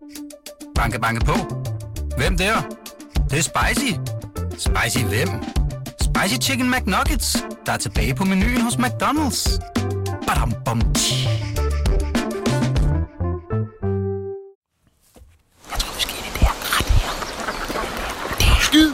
Banke, banke på. Hvem der? Det er spicy. Spicy hvem? Spicy Chicken McNuggets, der er tilbage på menuen hos McDonald's. Badum, bom, tji. Jeg tror måske, det er ret her. Det er skyd.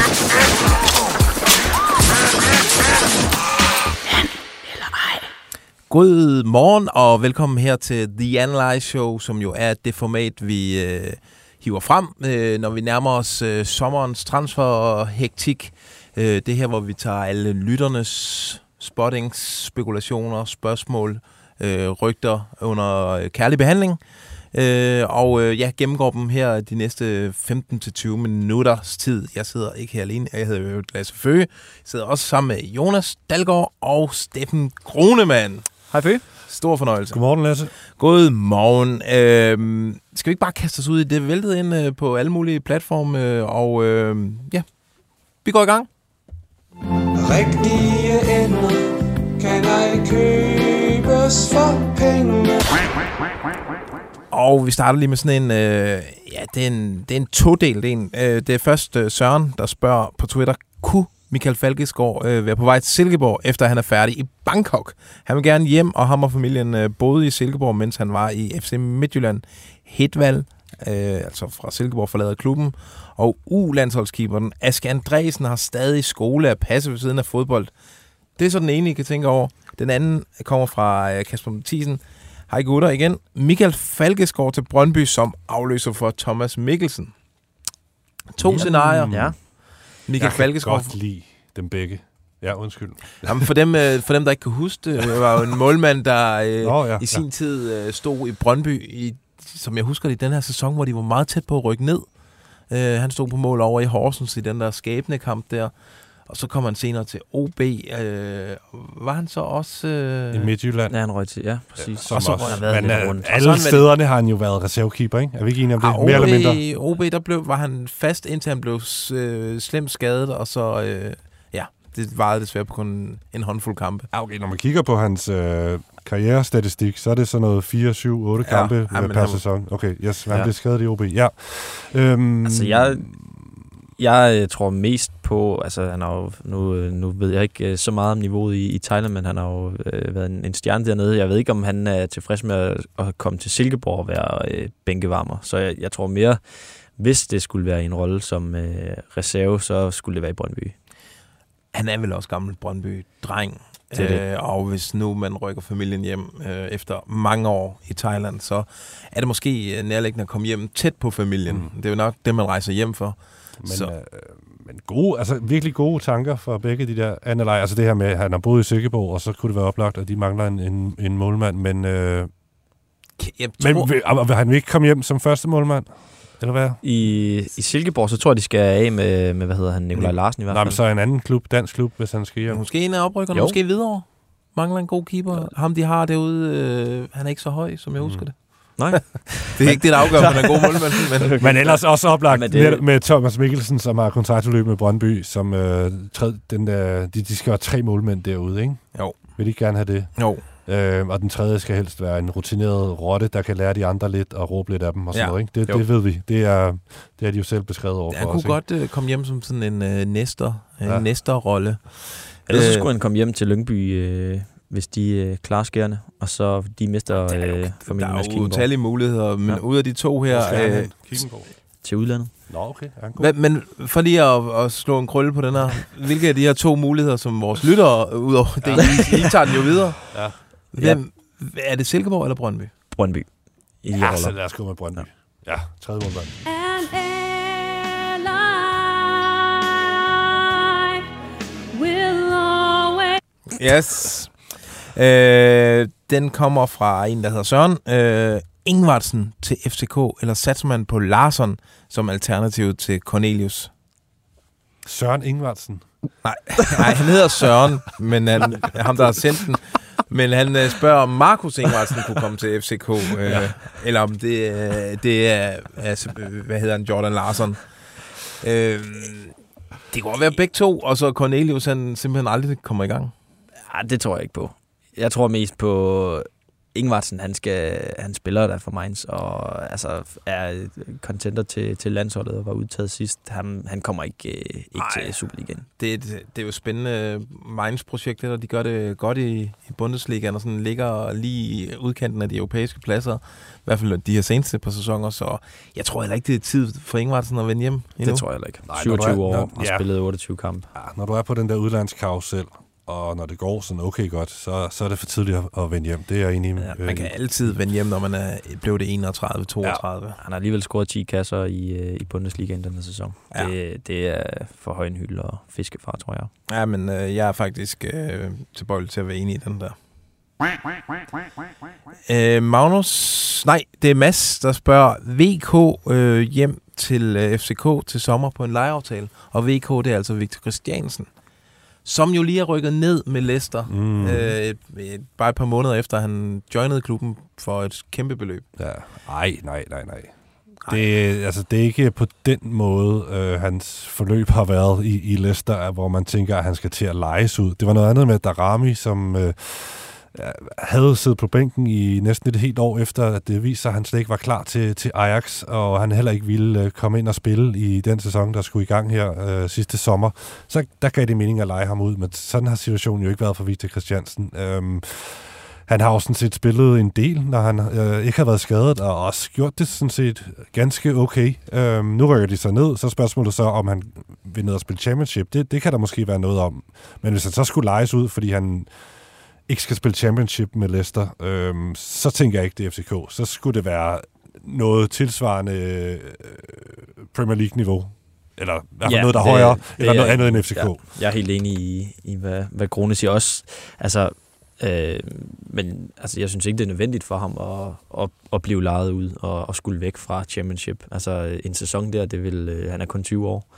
Han eller ej. God morgen og velkommen her til The Analyze Show, som jo er det format, vi hiver frem, når vi nærmer os sommerens transfer-hektik. Det her, hvor vi tager alle lytternes spottings, spekulationer, spørgsmål, rygter under kærlig behandling. Gennemgår dem her de næste 15-20 minutters tid. Jeg sidder ikke her alene. Jeg hedder jo Lasse Føge. Jeg sidder også sammen med Jonas Dalgaard og Steffen Grunemann. Hej Føge. Stor fornøjelse. Godmorgen, Lasse. God morgen. Skal vi ikke bare kaste os ud i det væltede ind på alle mulige platforme? Vi går i gang. Rigtige ender kan ej købes for penge. Og vi starter lige med sådan en, det er en todelt en. Det er først Søren, der spørger på Twitter, kunne Michael Falkesgaard være på vej til Silkeborg, efter han er færdig i Bangkok? Han vil gerne hjem, og ham og familien boede i Silkeborg, mens han var i FC Midtjylland. Hedvald, altså fra Silkeborg, forlader klubben. Og U-landsholdskeeperen Aske Andresen har stadig skole at passe ved siden af fodbold. Det er så den ene, I kan tænke over. Den anden kommer fra Kasper Mathisen. Hej gutter igen. Michael Falkesgaard til Brøndby som afløser for Thomas Mikkelsen. To scenarier. Ja. Michael Falkesgaard. Jeg kan godt lide dem begge. Ja, undskyld. Jamen for dem, der ikke kan huske det, var jo en målmand, der i sin tid stod i Brøndby, som jeg husker det, i den her sæson, hvor de var meget tæt på at rykke ned. Han stod på mål over i Horsens i den der skæbne kamp der. Og så kom han senere til OB. Var han så også... I Midtjylland. Ja, han røg til, ja, præcis. Ja, og så også, har været lidt rundt. Alle stederne har han jo været reservekeeper, ikke? Er vi ikke enige om det? Mere eller mindre? OB, der var han fast, indtil han blev slemt skadet, og så... det varede desværre på kun en håndfuld kampe. Okay, når man kigger på hans karrierestatistik, så er det sådan noget 4, 7, 8 kampe per sæson. Okay, yes, han blev skadet i OB. Ja. Jeg tror mest på, altså han har jo, nu ved jeg ikke så meget om niveauet i Thailand, men han har jo været en stjerne dernede. Jeg ved ikke, om han er tilfreds med at komme til Silkeborg og være bænkevarmer. Så jeg tror mere, hvis det skulle være en rolle som reserve, så skulle det være i Brøndby. Han er vel også gammel Brøndby-dreng. Og hvis nu man rykker familien hjem efter mange år i Thailand, så er det måske nærliggende at komme hjem tæt på familien. Det er jo nok det, man rejser hjem for. Men gode, altså virkelig gode tanker for begge de der analyser. Altså det her med, at han har boet i Silkeborg, og så kunne det være oplagt, at de mangler en målmand. Men vil han ikke komme hjem som første målmand? Eller hvad? I Silkeborg, så tror jeg, de skal af med hvad hedder han, Nikolaj Larsen i hvert fald. Nej, men så en anden klub, dansk klub, hvis han skal hjem. Måske en af oprykkerne, måske videre. Mangler en god keeper. Ja. Ham, de har derude, han er ikke så høj, som jeg husker det. Nej. Det er ikke det, der afgør, om han er god målmand. Men ellers også oplagt med Thomas Mikkelsen, som har kontraktudløb med Brøndby, som de skal have 3 målmænd derude, ikke? Jo. Vil de gerne have det? Jo. Og den tredje skal helst være en rutineret rotte, der kan lære de andre lidt og råbe lidt af dem og sådan noget, ikke? Det ved vi. Det er de jo selv beskrevet over for os. Han kunne godt komme hjem som sådan en næsterrolle. Ellers så skulle han komme hjem til Lyngby, hvis de klarer skærende, og så de mister familien Mads Kickenborg. Der er jo utallige muligheder, men ud af de to her... til udlandet. Nå, okay. Men for lige at slå en krølle på den her, hvilke af de her 2 muligheder, som vores lyttere, udover det, I tager den jo videre. Ja. Er det Silkeborg eller Brøndby? Brøndby. Så lad os gå med Brøndby. Ja, 3. målmand. Yes. Den kommer fra en, der hedder Søren. Ingvartsen til FCK, eller satser man på Larsson som alternativ til Cornelius? Søren Ingvartsen? Nej, han hedder Søren, men ham, der har sendt den. Men han spørger, om Markus Ingvartsen kunne komme til FCK, eller om det er altså, hvad hedder han, Jordan Larsson. Det kan godt være begge to, og så Cornelius, han simpelthen aldrig kommer i gang. Ja, det tror jeg ikke på. Jeg tror mest på Ingvartsen, han spiller der for Mainz, og altså er contender til landsholdet og var udtaget sidst. Han kommer ikke til Superligaen. Det er jo spændende Mainz-projekt, der de gør det godt i Bundesligaen, og sådan ligger lige i udkanten af de europæiske pladser, i hvert fald de her seneste par sæsoner, så jeg tror heller ikke, det er tid for Ingvartsen at vende hjem endnu. Det tror jeg heller ikke. 27 år og spillet 28 kampe. Ja, når du er på den der udlandskarusel, og når det går sådan okay godt, så er det for tidligt at vende hjem. Det er jeg enig med. Ja, man kan altid vende hjem, når man er blevet det 31-32. Ja. Han har alligevel scoret 10 kasser i Bundesligaen denne sæson. Ja. Det er for høj en hylde og fiskefar, tror jeg. Ja, men jeg er faktisk tilbøjelig til at være enig i den der. Magnus, nej, det er Mads, der spørger VK hjem til FCK til sommer på en lejeaftale. Og VK, det er altså Victor Christiansen, som jo lige er rykket ned med Leicester, bare et par måneder efter, han joinede klubben for et kæmpe beløb. Ja. Nej. Det er ikke på den måde, hans forløb har været i Leicester, hvor man tænker, at han skal til at lejes ud. Det var noget andet med Darami, som havde siddet på bænken i næsten et helt år efter, at det viste sig, at han slet ikke var klar til Ajax, og han heller ikke ville komme ind og spille i den sæson, der skulle i gang her sidste sommer. Så der gav det mening at lege ham ud, men sådan har situationen jo ikke været for Victor Christiansen. Han har jo sådan set spillet en del, når han ikke har været skadet, og også gjort det sådan set ganske okay. Nu rykker de sig ned, så spørgsmålet så, om han vil ned og spille Championship. Det kan der måske være noget om. Men hvis han så skulle lejes ud, fordi han ikke skal spille Championship med Leicester, så tænker jeg ikke, det er FCK. Så skulle det være noget tilsvarende Premier League-niveau. Eller i hvert fald noget, der er højere, eller noget andet end FCK. Ja, jeg er helt enig i hvad Grone siger også. Altså, men altså, jeg synes ikke, det er nødvendigt for ham at blive lejet ud og skulle væk fra Championship. Altså, en sæson der, han er kun 20 år.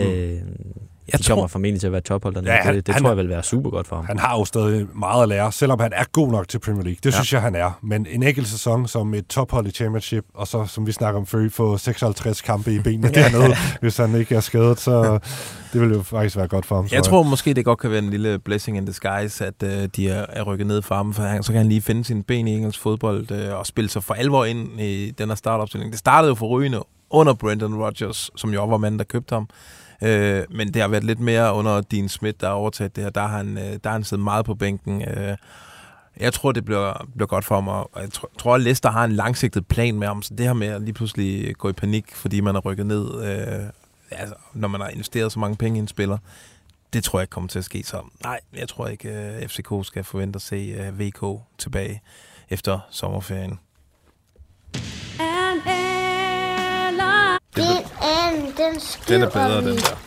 Jeg kommer formentlig til at være topholder. Ja, det tror jeg vil være super godt for ham. Han har jo stadig meget at lære, selvom han er god nok til Premier League. Det synes jeg, han er. Men en enkelt sæson som et tophold i Championship, og så, som vi snakker om før, få 56 kampe i benene dernede, hvis han ikke er skadet, så det vil jo faktisk være godt for ham. Jeg tror måske, det godt kan være en lille blessing in disguise, at de er rykket ned for ham, for så kan han lige finde sine ben i engelsk fodbold og spille sig for alvor ind i den her startopstilling. Det startede jo for rygende under Brendan Rodgers, som jo var manden, der købte ham. Men det har været lidt mere under Dean Smith, der har overtaget det her. Der har han siddet meget på bænken. Jeg tror, det bliver godt for ham, og jeg tror, at Leicester har en langsigtet plan med ham, så det her med at lige pludselig gå i panik, fordi man er rykket ned, når man har investeret så mange penge i en spiller, det tror jeg ikke kommer til at ske. Så nej, jeg tror ikke, FCK skal forvente at se VK tilbage efter sommerferien. Den er bedre, den der.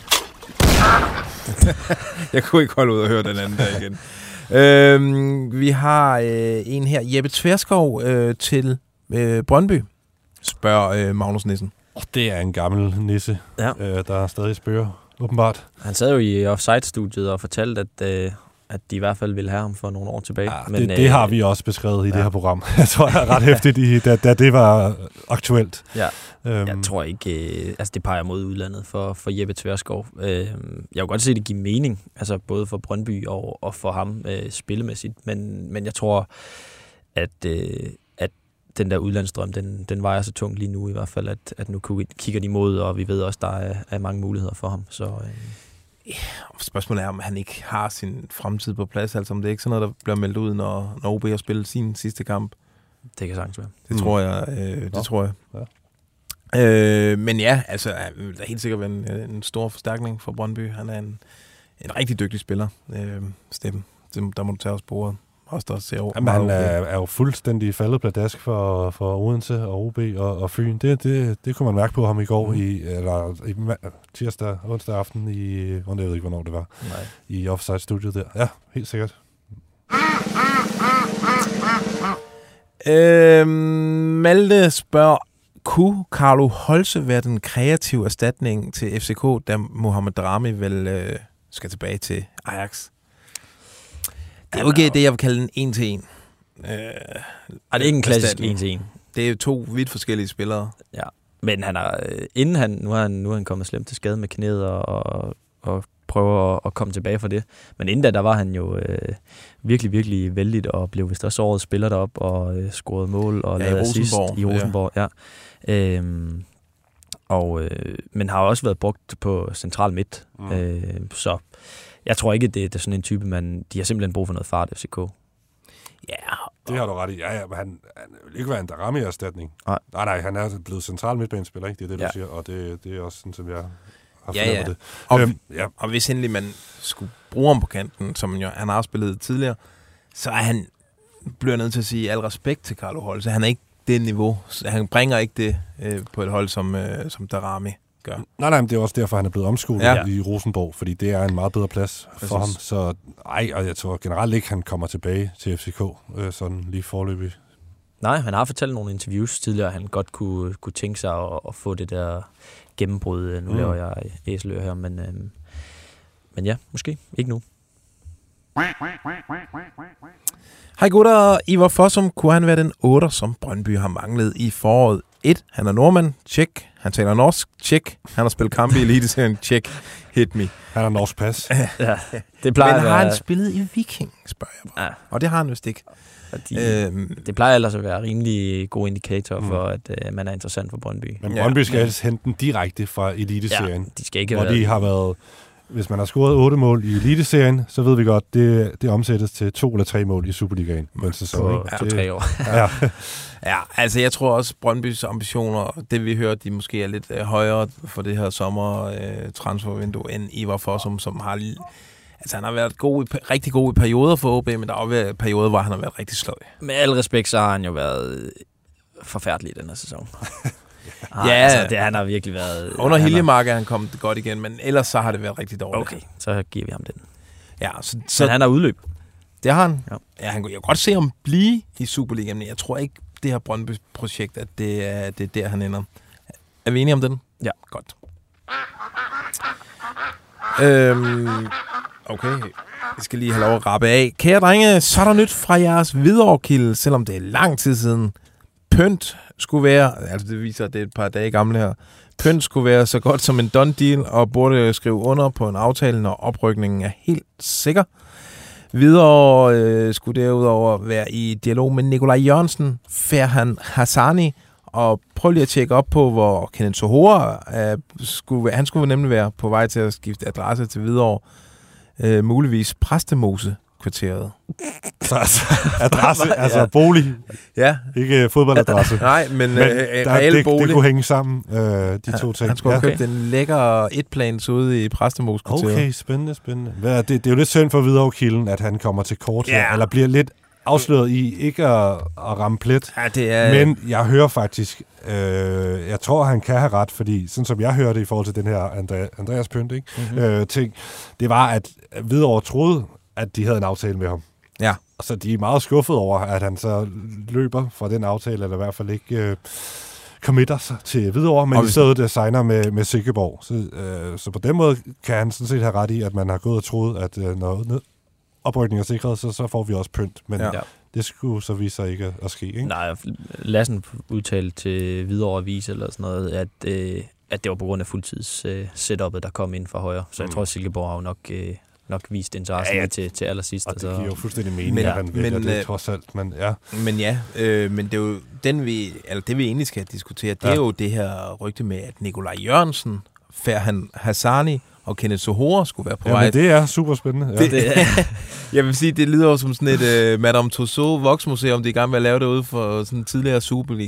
Jeg kunne ikke holde ud og høre den anden der igen. Vi har en her. Jeppe Tverskov til Brøndby, spørger Magnus Nissen. Det er en gammel nisse, der stadig spørger, åbenbart. Han sad jo i Offside-studiet og fortalte, at de i hvert fald ville have ham for nogle år tilbage. Ja, men, det har vi også beskrevet i det her program. Jeg tror, jeg er ret hæftigt, da det var aktuelt. Ja. Jeg tror ikke, det peger mod udlandet for Jeppe Tverskov. Jeg kan godt se, at det giver mening, altså både for Brøndby og for ham spillemæssigt, men jeg tror, at den der udlandsdrøm, den vejer så tungt lige nu i hvert fald, at nu kigger de mod, og vi ved også, der er mange muligheder for ham. Så spørgsmålet er, om han ikke har sin fremtid på plads, altså om det er ikke sådan noget, der bliver meldt ud, når OB har spillet sin sidste kamp. Det kan sagtens være. Det tror jeg. Det tror jeg. Ja. Men ja, altså, der er helt sikkert en stor forstærkning for Brøndby. Han er en rigtig dygtig spiller, Steffen. Der må du tage os på ordet. Jamen, han er jo fuldstændig faldet pladask for Odense og OB og Fyn. Det kunne man mærke på ham i går, i tirsdag, onsdag aften, jeg ved ikke, hvornår det var, i Offside-studiet der. Ja, helt sikkert. Malte spørger, kunne Carlo Holse være den kreative erstatning til FCK, da Mohamed Darami vel skal tilbage til Ajax? Det er jo ikke det, jeg vil kalde en 1-1. Det er ikke en klassisk 1-1. Det er jo to vidt forskellige spillere. Ja, men han har, nu er han kommet slemt til skade med knæet og prøve at komme tilbage fra det. Men inden da, der var han jo virkelig, virkelig vældigt, og blev vist også årets spiller derop og scorede mål og lavede assist i Rosenborg. Ja. Men har også været brugt på central midt. Så jeg tror ikke, det er sådan en type, de har simpelthen brug for noget fart, FCK. Ja. Det har du ret i. Ja, men han vil ikke være en Darami-erstatning. Nej, han er blevet central midtbanespiller, ikke? Det er det, du siger, og det er også sådan, som jeg har fornemmet det. Og hvis endelig man skulle bruge ham på kanten, som han har spillet tidligere, så bliver nødt til at sige al respekt til Carlo Holse. Han er ikke det niveau. Han bringer ikke det på et hold, som Darami gør. Nej, men det er også derfor, han er blevet omskolet i Rosenborg, fordi det er en meget bedre plads for ham. Så og jeg tror generelt ikke, han kommer tilbage til FCK, sådan lige forløbig. Nej, han har fortalt nogle interviews tidligere, at han godt kunne tænke sig at få det der gennembrud. Nu laver jeg æseløer her, men ja, måske ikke nu. Hej gutter, Ivar Fossum, kunne han være den 8'er, som Brøndby har manglet i foråret? 1. Han er nordmand, check. Han taler norsk, check. Han har spillet kampe i Eliteserien, check. Hit me. Han har norsk pas. Ja, det plejer men har han spillet i Viking, spørger jeg bare. Ja. Og det har han vist ikke. Det plejer ellers at være rimelig god indikator for, at man er interessant for Brøndby. Men Brøndby skal altså hente den direkte fra Eliteserien. Ja, de skal ikke hvor de har været... Hvis man har scoret 8 mål i Eliteserien, så ved vi godt, det omsættes til 2 eller 3 mål i Superligaen. På 2-3 år. Ja, altså jeg tror også, Brøndbys ambitioner, det vi hører, de måske er lidt højere for det her sommer-transfervindue end Ivar Fossum, som har... Altså han har været rigtig god i perioder for OB, men der har også været perioder, hvor han har været rigtig sløj. Med al respekt, så har han jo været forfærdelig i den her sæson. Altså, han har virkelig været... Under Hiljemark er han kommet godt igen, men ellers så har det været rigtig dårligt. Okay, så giver vi ham den. Ja, men han har udløb. Det har han. Ja, jeg kan godt se ham blive i Superligaen, men jeg tror ikke, det her Brøndby-projekt, at det er der, han ender. Er vi enige om den? Ja. Godt. Okay, vi skal lige have lov at rappe af. Kære drenge, så er der nyt fra jeres Hvidovrekilde, selvom det er lang tid siden. Pynt skulle være, altså det viser, at det er et par dage gamle her, Pynt skulle være så godt som en done deal, og burde skrive under på en aftale, når oprykningen er helt sikker. Videre skulle derudover være i dialog med Nikolaj Jørgensen, Ferhan Hassani, og prøv lige at tjekke op på, hvor Kenneth Sohora han skulle nemlig være på vej til at skifte adresse til Hvidovre, muligvis Præstemose-kvarteret. Adresse, altså bolig. Ja. Ikke fodboldadresse. Nej, men reelle bolig. Det kunne hænge sammen, de to ting. Han skulle have købt en lækker etplans ude i Præstemose-kvarteret. Okay, spændende. Det er jo lidt synd for Hvidovrekilden, at han kommer til kort her, eller bliver lidt afsløret i ikke at ramme plet. Ja, det er... Men jeg hører faktisk, jeg tror, han kan have ret, fordi sådan som jeg hørte i forhold til den her Andreas Pynt, ting, det var, at Hvidovre troede, at de havde en aftale med ham. Ja. Og så de er meget skuffet over, at han så løber fra den aftale, eller i hvert fald ikke committer sig til Hvidovre, men i stedet signer med Silkeborg. Så på den måde kan han sådan set have ret i, at man har gået og troet, at når oprykning er sikret, så får vi også Pynt. Men det skulle så vise sig ikke at ske, ikke? Nej, Lassen udtalte til Hvidovre Avis eller sådan noget, at det var på grund af fuldtids-setup'et, der kom ind fra højre. Så jeg tror, at Silkeborg har jo nok vist interesse til allersidst. Og det giver jo fuldstændig mening, at han vælger det trods alt. Men det er jo det vi egentlig skal diskutere, det er jo det her rygte med, at Nikolaj Jørgensen, Ferhan Hassani og Kenneth Sohora skulle være på vej. Ja, det er super spændende. Ja. Jeg vil sige, det lyder jo som sådan et Madame Tussauds voksmuseum, de er i gang med at lave det ude for sådan tidligere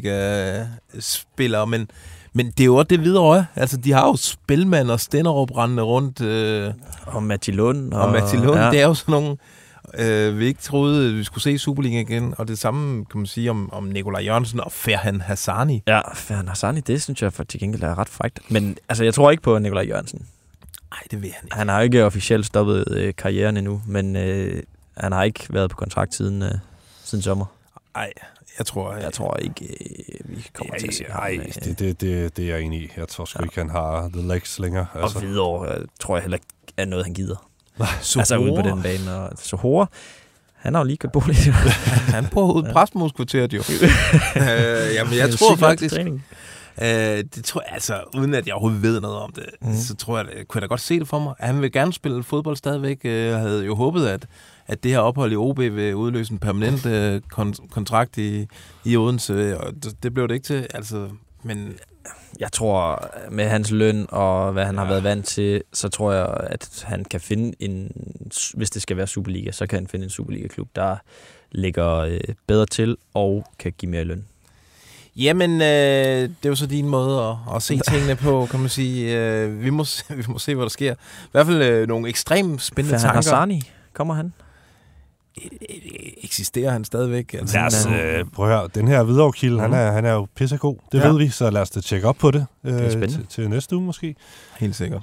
Superliga-spillere, men det er jo også det videre. Altså, de har jo Spilman og Stenderup rendende rundt. Og Matti Lund. Og Matti Lund. Ja. Det er jo sådan nogle, vi ikke troede, vi skulle se Superliga igen. Og det samme kan man sige om Nikolaj Jørgensen og Ferhan Hassani. Ja, Ferhan Hassani, det synes jeg for til gengæld er ret frækt. Men altså, jeg tror ikke på Nikolaj Jørgensen. Nej, det vil han ikke. Han har jo ikke officielt stoppet karrieren endnu, men han har ikke været på kontrakt siden sommer. Nej. Jeg tror ikke, vi kommer til at se ham. Nej, det er jeg enig i. Jeg tror sgu ikke, han har the legs længere. Altså. Og Hvidovre tror jeg heller ikke er noget, han gider. Altså ude på den bane. Og Sohora, han har jo lige købt bolig. Han bor ude i Præstemose-kvarteret jo. Jamen, jeg tror faktisk... Det tror jeg, altså, uden at jeg overhovedet ved noget om det, så tror jeg, kunne jeg da godt se det for mig. Han vil gerne spille fodbold stadigvæk. Jeg havde jo håbet, at det her ophold i OB vil udløse en permanent kontrakt i Odense, og det blev det ikke til. Altså, men jeg tror, med hans løn og hvad han har været vant til, så tror jeg, at han kan finde hvis det skal være Superliga, så kan han finde en Superliga-klub, der ligger bedre til og kan give mere løn. Jamen, det er jo så din måde at se tingene på, kan man sige. Vi må se, hvad der sker. I hvert fald nogle ekstremt spændende tanker. Hassani, kommer han? Eksisterer han stadigvæk? Altså, lad os prøv at høre. Den her Hvidovre-kilde, han er jo pissegod. Det ved vi, så lad os da tjekke op på det. Til næste uge måske. Helt sikkert.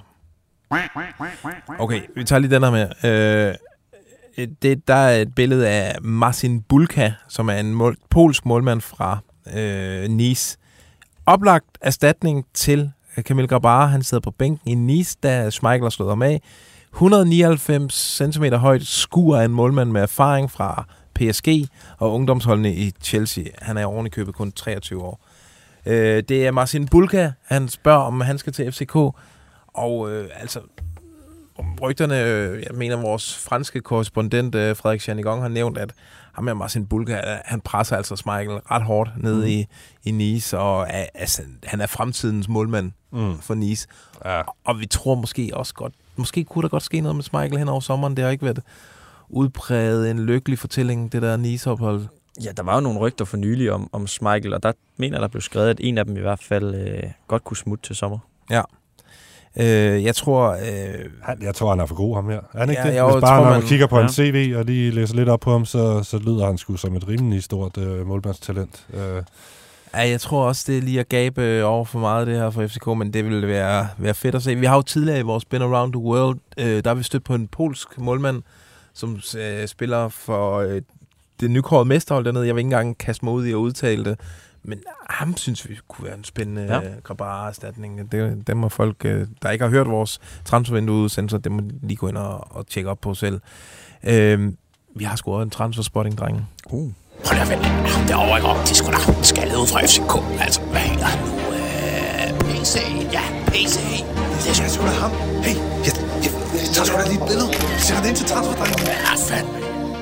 Okay, vi tager lige den her med. Der er et billede af Marcin Bulka, som er en polsk målmand fra Nice. Oplagt erstatning til Kamil Grabara. Han sidder på bænken i Nice, da Schmeichel har slået ham af. 199 cm højt skur af en målmand med erfaring fra PSG og ungdomsholdene i Chelsea. Han er oven i købet kun 23 år. Det er Marcin Bulka. Han spørger, om han skal til FCK. Og altså, rygterne, jeg mener, vores franske korrespondent Frederik Chanigon har nævnt, at ham med Marcin Bulka, han presser altså Schmeichel ret hårdt nede i Nice, og altså, han er fremtidens målmand for Nice. Ja. Og vi tror måske også godt, måske kunne der godt ske noget med Schmeichel hen over sommeren. Det har ikke været udpræget en lykkelig fortælling, det der Nice-ophold. Ja, der var jo nogle rygter for nylig om Schmeichel, og der mener der blev skrevet, at en af dem i hvert fald godt kunne smutte til sommer. Ja. Jeg tror... Jeg tror, han er for god, ham her. Er han ikke det? Jo, hvis bare når man kigger på hans CV, og lige læser lidt op på ham, så lyder han sgu som et rimelig stort målmandstalent. Ja, jeg tror også, det er lige at gabe over for meget det her for FCK, men det vil være fedt at se. Vi har jo tidligere i vores Spin Around the World, der har vi stødt på en polsk målmand, som spiller for det nykårede mesterhold dernede. Jeg vil ikke engang kaste mig ud i at udtale det, men ham synes vi kunne være en spændende Grabara-erstatning. Det må folk, der ikke har hørt vores transfervindue-udsendelse, det må lige gå ind og tjekke op på selv. Vi har scoret en transferspotting-dreng. Hold da vel, derovre i Rom, de skulle da skaldet ud fra FCK. Altså, hvad hedder han nu? PC. Ja, PC. Det er sgu da ham. Hey, jeg tager sgu da lige et billede. Sætter det ind til transferdrengen. Ja, fandme.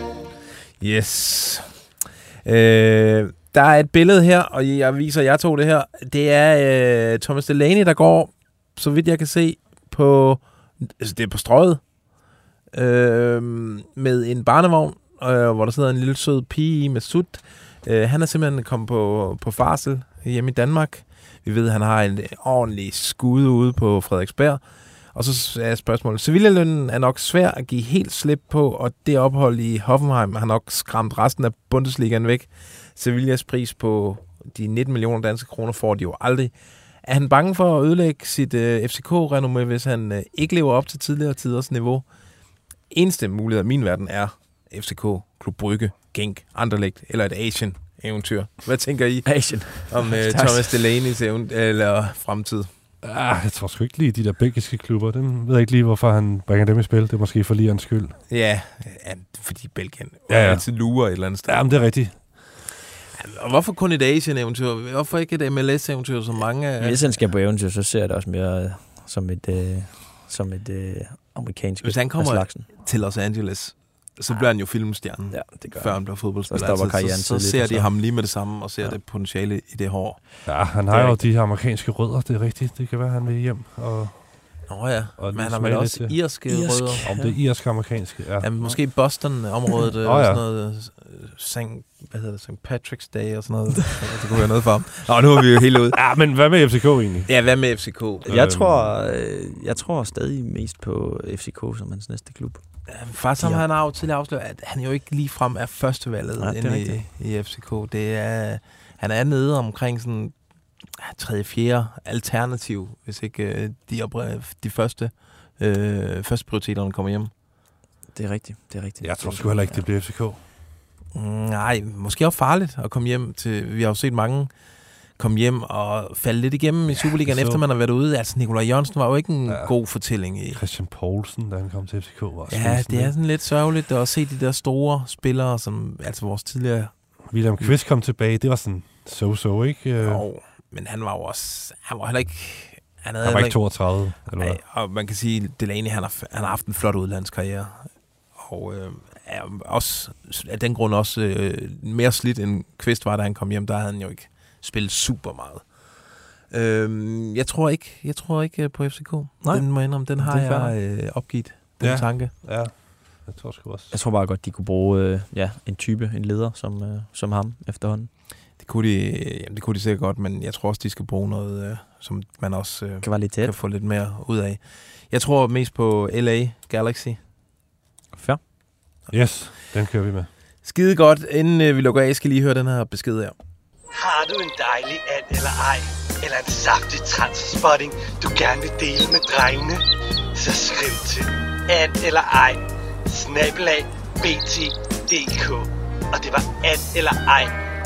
Yes. Der er et billede her, og jeg viser, jeg tog det her. Det er Thomas Delaney, der går, så vidt jeg kan se, på... Altså, det er på strøget. Med en barnevogn, hvor der sidder en lille sød pige i med sut. Han er simpelthen kommet på farsel hjemme i Danmark. Vi ved, at han har en ordentlig skud ude på Frederiksberg. Og så er spørgsmålet, Sevilla-lønnen er nok svær at give helt slip på, og det ophold i Hoffenheim har nok skræmt resten af Bundesligaen væk. Sevillas pris på de 19 millioner danske kroner får de jo aldrig. Er han bange for at ødelægge sit FCK-renommé, hvis han ikke lever op til tidligere tiders niveau? Eneste mulighed i min verden er FCK, Klub Brygge, Genk, Anderlecht eller et Asien-eventyr. Hvad tænker I om Thomas Delaney's eller fremtid? Jeg tror sgu ikke lige de der belgiske klubber. Den ved jeg ikke lige, hvorfor han bringer dem i spil. Det er måske for Lians skyld. Ja, fordi Belgien altid lurer et eller andet sted. Ja, men det er rigtigt. Og hvorfor kun et Asien-eventyr? Hvorfor ikke et MLS-eventyr, som mange... Hvis han skal på eventyr, så ser jeg det også mere som et amerikansk. Hvis han kommer til Los Angeles, så bliver han jo filmstjernen, før han bliver fodboldspiller. Så ser de ham lige med det samme, og ser det potentiale i det hår. Ja, han har jo de her amerikanske rødder, det er rigtigt. Det kan være, han vil hjem. Nå ja, men han har vel også irske rødder. Om det er irsk-amerikanske, ja. Ja, måske Boston-området, sådan noget, St. Patrick's Day og sådan noget. Det kunne være noget for ham. Nå, nu er vi jo helt ude. Ja, men hvad med FCK egentlig? Ja, hvad med FCK? Jeg tror stadig mest på FCK som hans næste klub. Faktisk som han har jo tidligere afsløret, at han jo ikke ligefrem er førstevalget inde i FCK. Han er nede omkring sådan 3-4 alternativ, hvis ikke de første prioriteterne kommer hjem. Det er rigtigt. Jeg tror sgu heller ikke, det bliver FCK. Nej, måske også farligt at komme hjem til. Vi har jo set mange komme hjem og falde lidt igennem i Superligaen, efter man har været ude. Altså, Nikolaj Jørgensen var jo ikke en god fortælling i. Christian Poulsen, da han kom til FCK, var det er sådan lidt sørgeligt at se de der store spillere, som altså vores tidligere... William Kvist kom tilbage, det var sådan so-so, ikke? Men han var jo også... Han var heller ikke... Han var ikke 32, eller hvad? Og man kan sige, Delaney, han har haft en flot udlandskarriere. Og er også af den grund også mere slidt end Kvist var, da han kom hjem. Der havde han jo ikke spillet super meget. Jeg tror ikke på FCK. Nej. Den må indrømme, den har jeg opgivet. Den tanke. Ja, jeg tror sgu også. Jeg tror bare godt, de kunne bruge en type, en leder som ham efterhånden. Det kunne de sikkert godt, men jeg tror også, de skal bruge noget, som man også kan få lidt mere ud af. Jeg tror mest på LA Galaxy. Fair. Yes, den kører vi med. Skide godt. Inden vi lukker af, skal lige høre den her besked her. Har du en dejlig and eller ej, eller en saftig transspotting, du gerne vil dele med drengene? Så skriv til and eller ej, @bt.dk. Og det var and eller ej,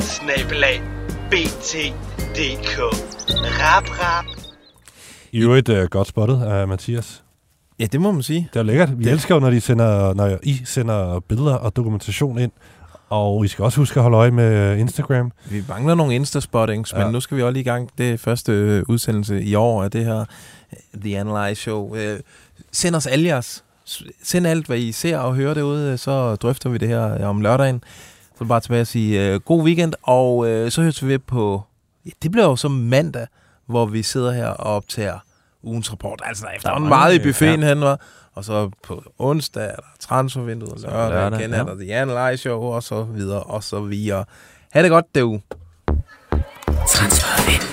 @bt.dk. Rap. I øvrigt godt spottet af Mathias. Ja, det må man sige. Det er lækkert. Vi elsker jo, når I sender billeder og dokumentation ind. Og I skal også huske at holde øje med Instagram. Vi mangler nogle Insta-spottings, men nu skal vi også lige i gang. Det er første udsendelse i år af det her The Analyze Show. Send os alias. Send alt, hvad I ser og hører derude, så drøfter vi det her om lørdagen. Så bare tilbage og sige god weekend, og så høres vi på... Ja, det bliver jo så mandag, hvor vi sidder her og optager ugens rapport. Altså efter meget i buffeten hen, var. Og så på onsdag er der transfervinduet, og lørdag igen er der The Analyze Show, og så videre, og så videre. Ha' det godt derude. Transfervindue.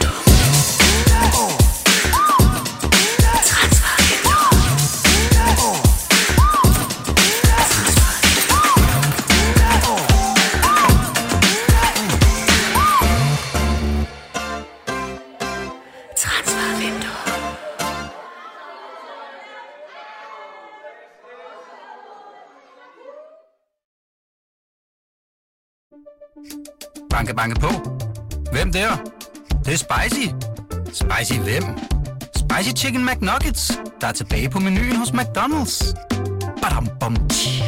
Banke, banke på. Hvem der? Det er spicy. Spicy hvem? Spicy Chicken McNuggets, der er tilbage på menuen hos McDonald's. Badum, bom, tji.